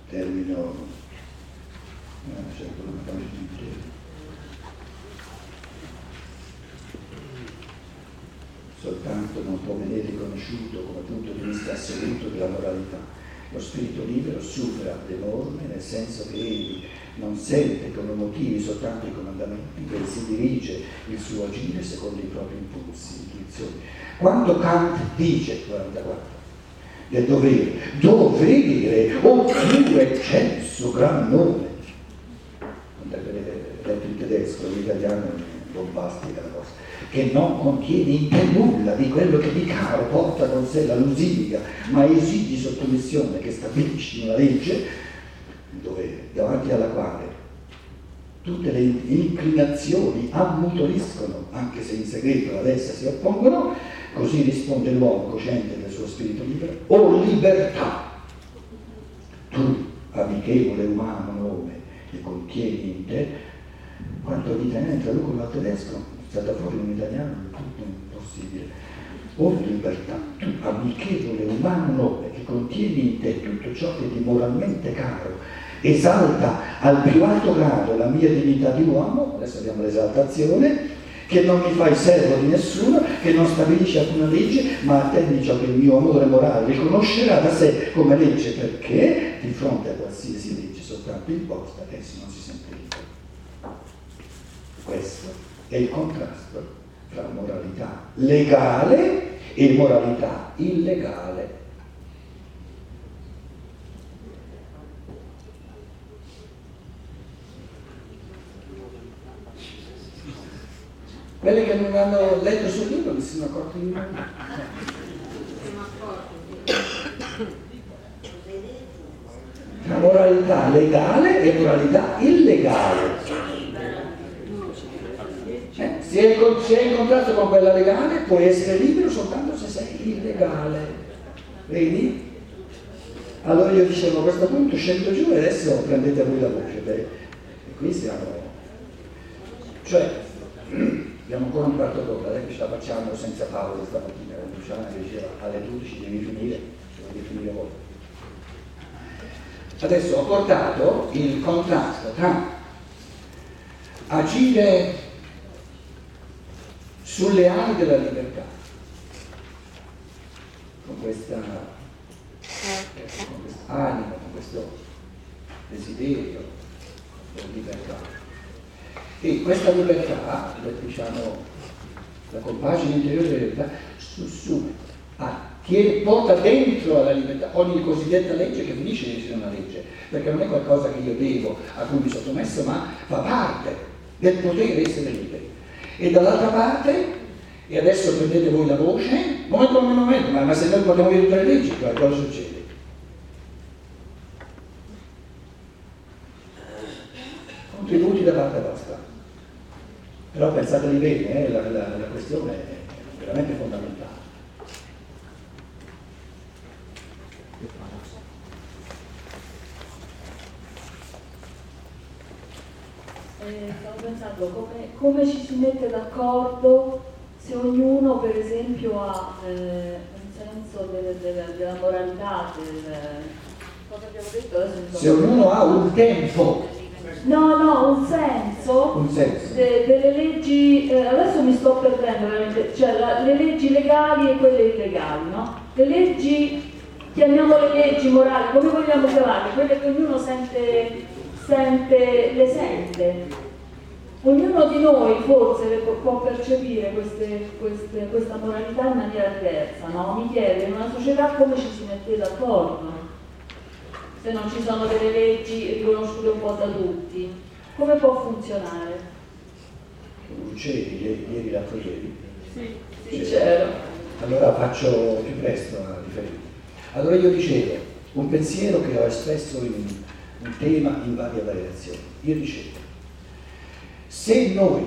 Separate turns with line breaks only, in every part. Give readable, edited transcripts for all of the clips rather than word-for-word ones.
termino, cerco una pagina intera. Soltanto non può venire riconosciuto come punto di vista assoluto della moralità. Lo spirito libero supera le norme, nel senso che egli non sente come motivi soltanto i comandamenti, bensì dirige il suo agire secondo i propri impulsi, intuizioni. Quando Kant dice, 44, del dovere, oppure censo gran nome, detto in tedesco, in italiano è bombastica la cosa, che non contiene in te nulla di quello che di caro porta con sé la lusinga, ma esigi sottomissione che stabilisci una legge, dove, davanti alla quale tutte le inclinazioni ammutoriscono, anche se in segreto ad essa si oppongono, così risponde l'uomo cosciente del suo spirito libero: o libertà, tu, amichevole umano nome, che contieni in te, quanto l'italiano traduco dal tedesco, è stata fuori in italiano, è tutto impossibile. O libertà, tu, amichevole umano nome, che contieni in te tutto ciò che di moralmente caro, esalta al più alto grado la mia dignità di uomo, adesso abbiamo l'esaltazione, che non mi fai servo di nessuno, che non stabilisce alcuna legge, ma attendi ciò che il mio amore morale riconoscerà da sé come legge, perché di fronte a qualsiasi legge soltanto imposta, esso non si sente libero. Questo è il contrasto tra moralità legale e moralità illegale. Quelli che non hanno letto sul libro mi sono accorti di nulla. Tra moralità legale e moralità illegale. Se è in contrasto con quella legale, puoi essere libero soltanto se sei illegale. Vedi? Allora io dicevo, a questo punto scendo giù e adesso prendete voi la voce. E qui siamo. Cioè, abbiamo ancora un quarto d'ora, che ce la facciamo senza Paolo stamattina. Luciana che diceva alle 12 devi finire voi. Adesso ho portato il contrasto tra agire sulle ali della libertà, con questa anima, con questo desiderio di libertà. E questa libertà, diciamo, la compagine interiore della libertà, porta dentro alla libertà ogni cosiddetta legge che finisce di essere una legge, perché non è qualcosa che io devo, a cui mi sono sottomesso, ma fa parte del potere essere liberi. E dall'altra parte, e adesso prendete voi la voce, momento, ma se noi portiamo via tutte le leggi, cosa succede? Contributi da parte vostra. Però pensateli bene, la questione è veramente fondamentale.
Stavo pensando come ci si mette d'accordo se ognuno per esempio ha un senso della moralità, cosa abbiamo detto adesso?
Se ognuno ha un tempo.
Un senso. Delle leggi, adesso mi sto perdendo veramente, cioè le leggi legali e quelle illegali, no? Le leggi, chiamiamole leggi morali, come vogliamo chiamarle, quelle che ognuno sente, le sente. Ognuno di noi forse può percepire questa moralità in maniera diversa, no? Mi chiedo, in una società come ci si mette d'accordo? Se non ci sono delle leggi riconosciute un po' da tutti, come può funzionare?
Uccelli, ieri l'altro ieri?
Sì, c'ero.
Allora faccio più presto a riferire. Allora io dicevo, un pensiero che ho espresso in un tema in varie variazioni. Io dicevo, se noi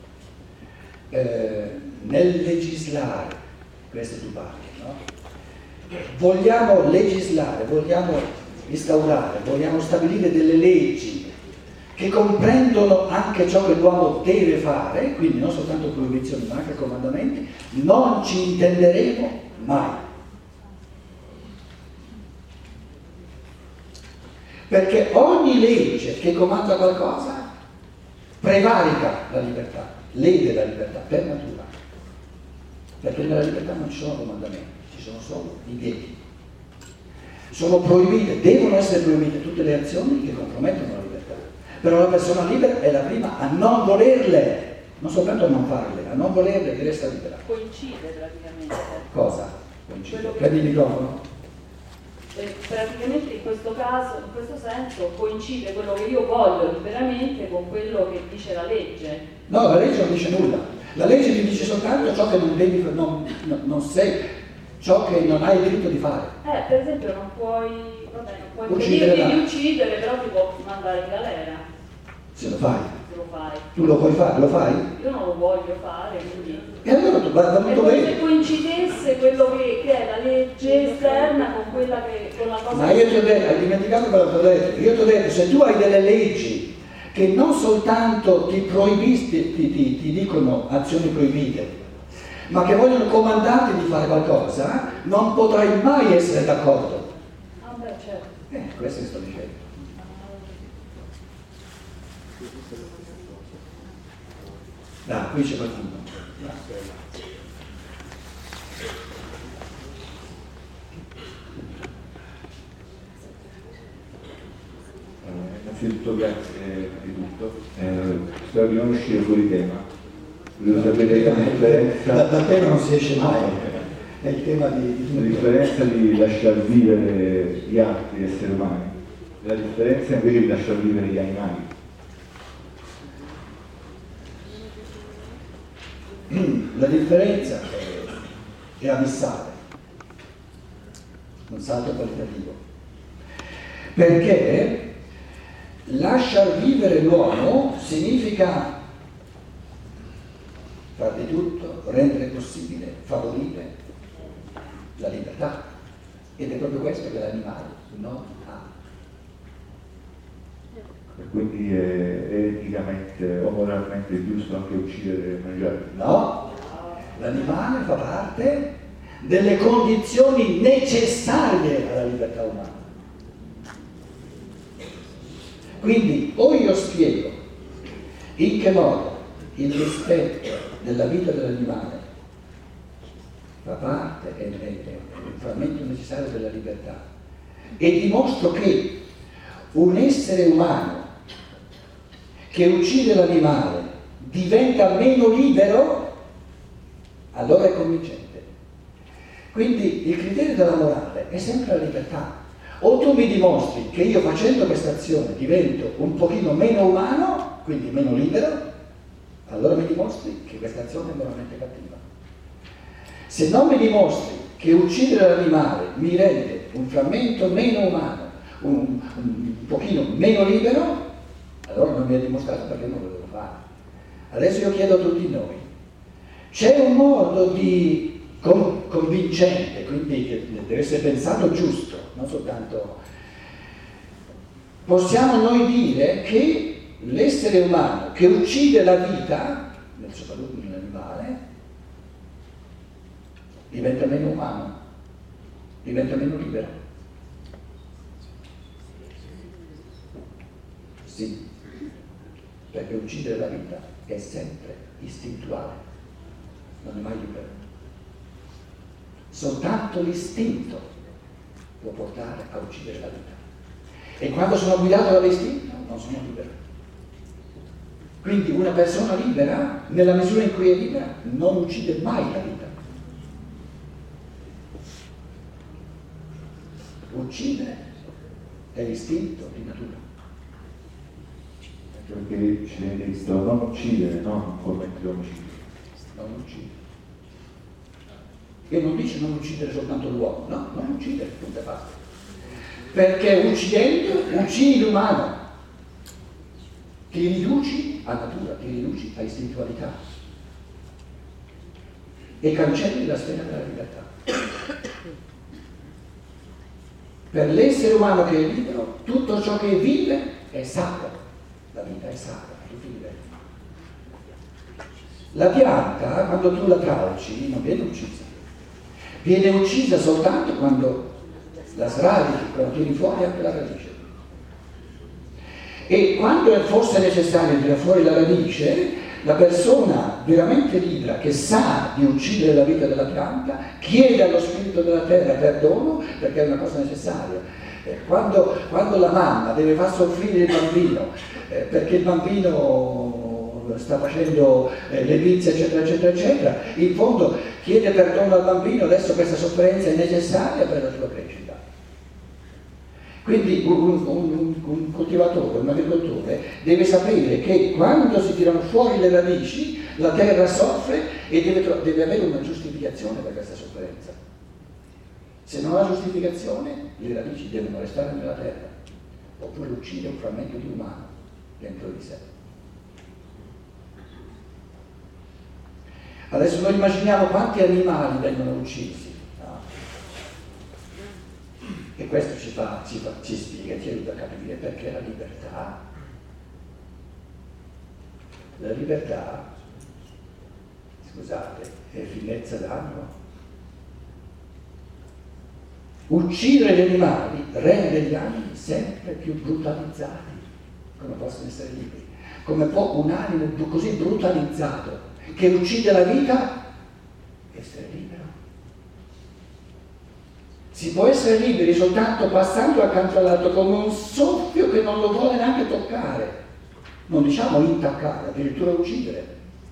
nel legislare, questo tu parli, no? Vogliamo legislare, vogliamo instaurare, vogliamo stabilire delle leggi che comprendono anche ciò che l'uomo deve fare, quindi non soltanto proibizioni ma anche comandamenti, non ci intenderemo mai. Perché ogni legge che comanda qualcosa prevarica la libertà, lede la libertà per natura. Perché nella libertà non ci sono comandamenti, ci sono solo divieti. Sono proibite, devono essere proibite tutte le azioni che compromettono la libertà. Però la persona libera è la prima a non volerle, non soltanto a non farle, a non volerle, che resta libera.
Coincide praticamente.
Cosa? Coincide? Prendi il microfono?
Praticamente in questo caso, in questo senso, coincide quello che io voglio liberamente con quello che dice la legge.
No, la legge non dice nulla. La legge ti dice soltanto ciò che non devi, non sei, ciò che non hai il diritto di fare.
Per esempio non puoi impedirti di uccidere, però ti può mandare in galera.
Se lo fai.
Se lo fai.
Tu lo puoi fare, lo fai?
Io non lo voglio fare, quindi.
E allora tu va molto bene.
Se coincidesse quello che è la legge esterna con quella che con la cosa.
Ma io ti ho detto, hai dimenticato quello che ti ho detto. Io ti ho detto, se tu hai delle leggi che non soltanto ti ti dicono azioni proibite, ma che vogliono comandarti di fare qualcosa, non potrai mai essere d'accordo.
Ah beh, certo.
Questo che sto dicendo. Qui c'è qualcuno.
Innanzitutto grazie di tutto. Spero di non uscire fuori tema. Volevo sapere la differenza.
Da tema non si esce mai, è il tema di
la differenza di lasciar vivere gli altri esseri umani, la differenza invece di lasciar vivere gli animali.
La differenza è abissale, un salto qualitativo, perché lasciar vivere l'uomo significa far di tutto, rendere possibile, favorire la libertà, ed è proprio questo che l'animale non ha.
E quindi è eticamente o moralmente giusto anche uccidere e mangiare?
No, l'animale fa parte delle condizioni necessarie alla libertà umana. Quindi o io spiego in che modo il rispetto della vita dell'animale fa parte, è un frammento necessario della libertà, e dimostro che un essere umano che uccide l'animale diventa meno libero, allora è convincente. Quindi il criterio della morale è sempre la libertà. O tu mi dimostri che io facendo questa azione divento un pochino meno umano, quindi meno libero, allora mi dimostri che questa azione è moralmente cattiva. Se non mi dimostri che uccidere l'animale mi rende un frammento meno umano, un pochino meno libero, allora non mi è dimostrato perché non lo devo fare. Adesso io chiedo a tutti noi, c'è un modo di convincente, quindi che deve essere pensato giusto, non soltanto. Possiamo noi dire che l'essere umano che uccide la vita, soprattutto in un animale, diventa meno umano, diventa meno libero? Sì, perché uccidere la vita è sempre istintuale, non è mai libero. Soltanto l'istinto può portare a uccidere la vita. E quando sono guidato dall'istinto non sono libero. Quindi una persona libera, nella misura in cui è libera, non uccide mai la vita. Uccidere è l'istinto di natura.
Perché ci viene detto non uccidere, non commettere omicidio.
Non uccidere. E non dice non uccidere soltanto l'uomo, no, non uccidere, punto e basta. Perché uccidendo uccidi l'umano, ti riduci a natura, ti riduci a istintualità e cancelli la sfera della libertà. Per l'essere umano che è libero, tutto ciò che vive è sacro, la vita è sacra a tutti i livelli. La pianta, quando tu la calci, non viene uccisa. Viene uccisa soltanto quando la sradichi, quando tiri fuori anche la radice. E quando è forse necessario tirare fuori la radice, la persona veramente libera, che sa di uccidere la vita della pianta, chiede allo spirito della terra perdono perché è una cosa necessaria. Quando la mamma deve far soffrire il bambino perché il bambino sta facendo le vizie eccetera eccetera eccetera, in fondo chiede perdono al bambino, adesso questa sofferenza è necessaria per la sua crescita. Quindi un coltivatore, un agricoltore deve sapere che quando si tirano fuori le radici la terra soffre e deve avere una giustificazione per questa sofferenza. Se non ha giustificazione, le radici devono restare nella terra, oppure uccide un frammento di umano dentro di sé. Adesso noi immaginiamo quanti animali vengono uccisi. E questo ci spiega, ci aiuta a capire perché la libertà, scusate, è finezza d'animo. Uccidere gli animali rende gli animi sempre più brutalizzati, come possono essere liberi. Come può un animo così brutalizzato che uccide la vita essere libero? Si può essere liberi soltanto passando accanto all'altro come un soffio che non lo vuole neanche toccare, non diciamo intaccare, addirittura uccidere.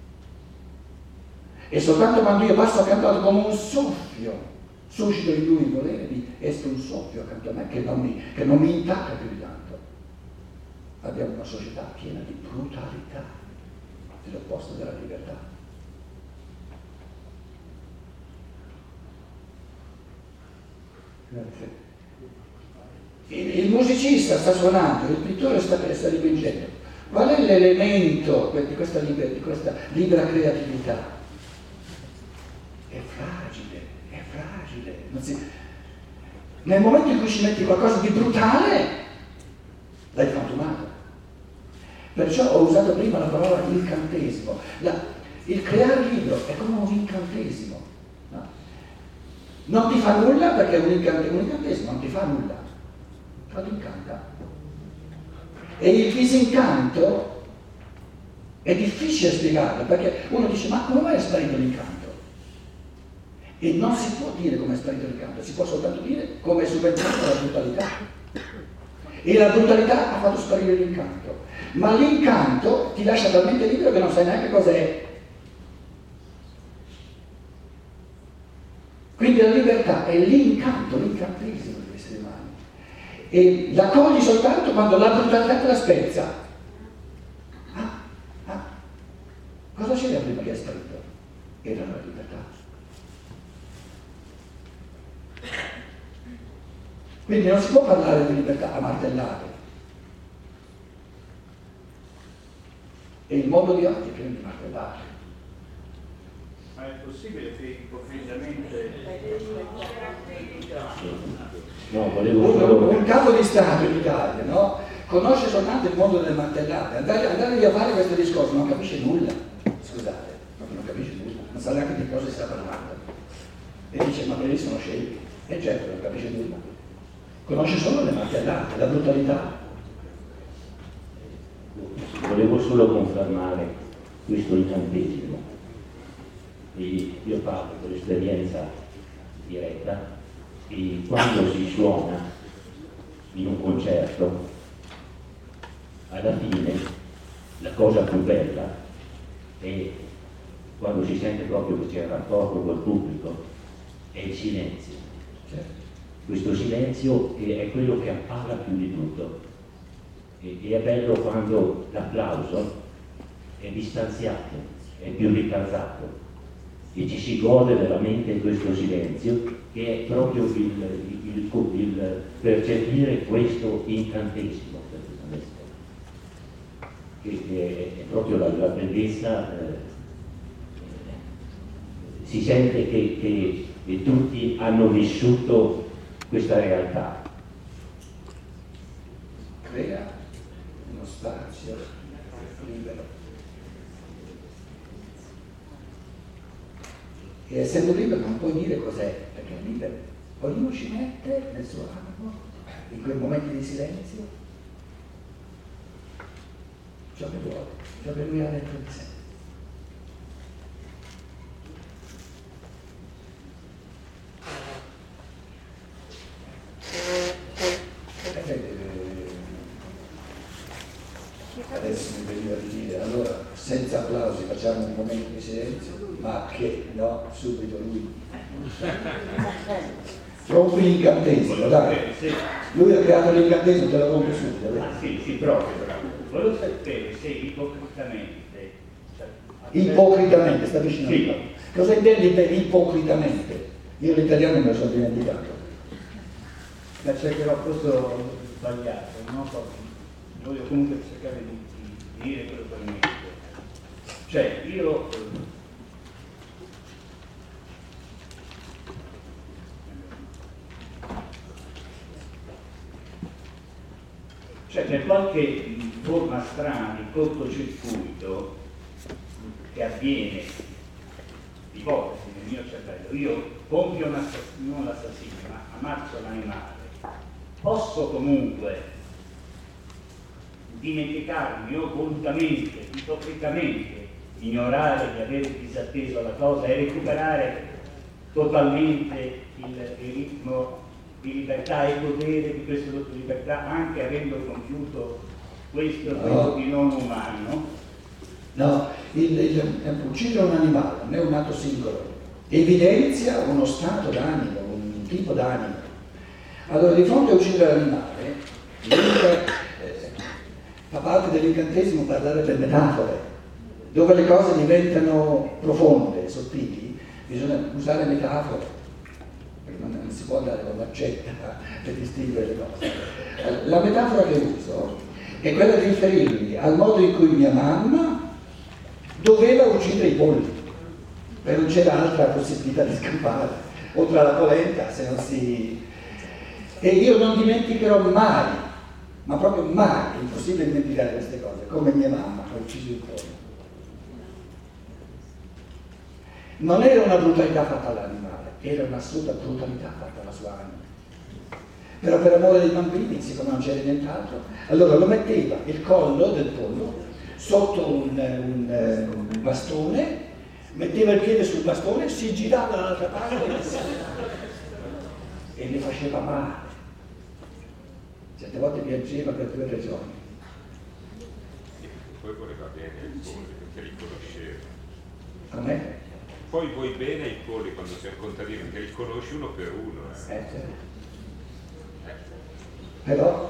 E soltanto quando io passo accanto all'altro come un soffio, suscito in lui il volere di essere un soffio accanto a me che non mi intacca più di tanto. Abbiamo una società piena di brutalità, l'opposto della libertà. Il musicista sta suonando, il pittore sta dipingendo. Qual è l'elemento di questa libera creatività? È fragile. Nel momento in cui ci metti qualcosa di brutale, l'hai frantumato. Perciò ho usato prima la parola incantesimo. Il creare libro è come un incantesimo. Non ti fa nulla perché un incantesimo non ti fa nulla, però ti incanta. E il disincanto è difficile spiegarlo perché uno dice ma come mai è sparito l'incanto? E non si può dire come è sparito l'incanto, si può soltanto dire come è subentrata la brutalità. E la brutalità ha fatto sparire l'incanto, ma l'incanto ti lascia talmente libero che non sai neanche cos'è. Quindi la libertà è l'incanto, l'incantesimo degli esseri umani. E la cogli soltanto quando la brutalità te la spezza. Cosa c'era prima che è sparito? Era la libertà. Quindi non si può parlare di libertà a martellate. E il mondo di oggi è pieno di martellate.
Ma è possibile che improvvisamente
un capo di Stato in Italia, no? Conosce soltanto il mondo delle martellate, andare a fare questo discorso non capisce nulla, scusate, proprio non capisce nulla, non sa neanche di cosa si sta parlando. E dice ma quelli sono scemi, e certo non capisce nulla, conosce solo le martellate, la brutalità.
Volevo solo confermare questo incantesimo. E io parlo per esperienza diretta e quando si suona in un concerto, alla fine la cosa più bella è quando si sente proprio che c'è il rapporto col pubblico, è il silenzio. Questo silenzio è quello che appara più di tutto e è bello quando l'applauso è distanziato, è più ricalzato e ci si gode veramente questo silenzio che è proprio il percepire questo incantesimo che è proprio la bellezza. Si sente che tutti hanno vissuto questa realtà.
Crea uno spazio libero. E essendo libero non puoi dire cos'è, perché è libero. Ognuno ci mette nel suo animo, in quei momenti di silenzio, ciò che vuole, ciò che lui ha dentro di sé. Adesso mi veniva di dire, allora senza applausi facciamo un momento di silenzio, ma che no, subito lui rompi l'incantesimo, dai. Lui ha creato l'incantesimo, te lo rompi subito.
Sì, proprio. Volevo sapere se ipocritamente.
Ipocritamente, sta vicino. Sì. Cosa intendi per ipocritamente? Io l'italiano me lo sono dimenticato.
La cercherò forse sbagliato, no? Voglio comunque cercare di dire quello che mi dico. Cioè, io per qualche forma strana di cortocircuito che avviene di volte nel mio cervello, io compio non l'assassino, ma ammazzo l'animale, posso comunque dimenticarmi o volutamente, ipocritamente, ignorare di aver disatteso la cosa e recuperare totalmente il ritmo di libertà e godere di questa libertà anche avendo compiuto questo di non umano?
No, uccidere un animale non è un atto singolo, evidenzia uno stato d'animo, un tipo d'animo. Allora di fronte a uccidere l'animale, fa parte dell'incantesimo parlare per metafore, dove le cose diventano profonde, sottili, bisogna usare metafore, perché non si può andare con l'accetta per distinguere le cose. La metafora che uso è quella di riferirmi al modo in cui mia mamma doveva uccidere i polli, perché non c'era altra possibilità di scappare, oltre alla polenta, se non si... E io non dimenticherò mai, ma proprio mai, è impossibile dimenticare queste cose, come mia mamma ha ucciso il pollo. Non era una brutalità fatta all'animale, era un'assoluta brutalità fatta alla sua anima. Però per amore dei bambini, siccome non c'era nient'altro, allora lo metteva il collo del pollo sotto un bastone, metteva il piede sul bastone, si girava dall'altra parte e le faceva male. Certe volte piangeva per 2 ragioni.
Poi voleva bene i polli perché li conosceva.
Com'è?
Poi vuoi bene i polli quando sei un contadino perché li conosci uno per uno.
Certo. Però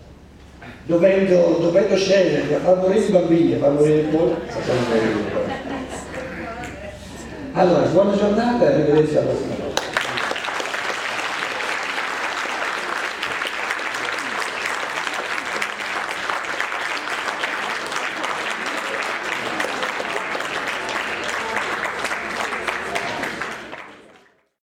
dovendo scegliere tra far morire i bambini e far morire il pollo, allora buona giornata e arrivederci alla prossima.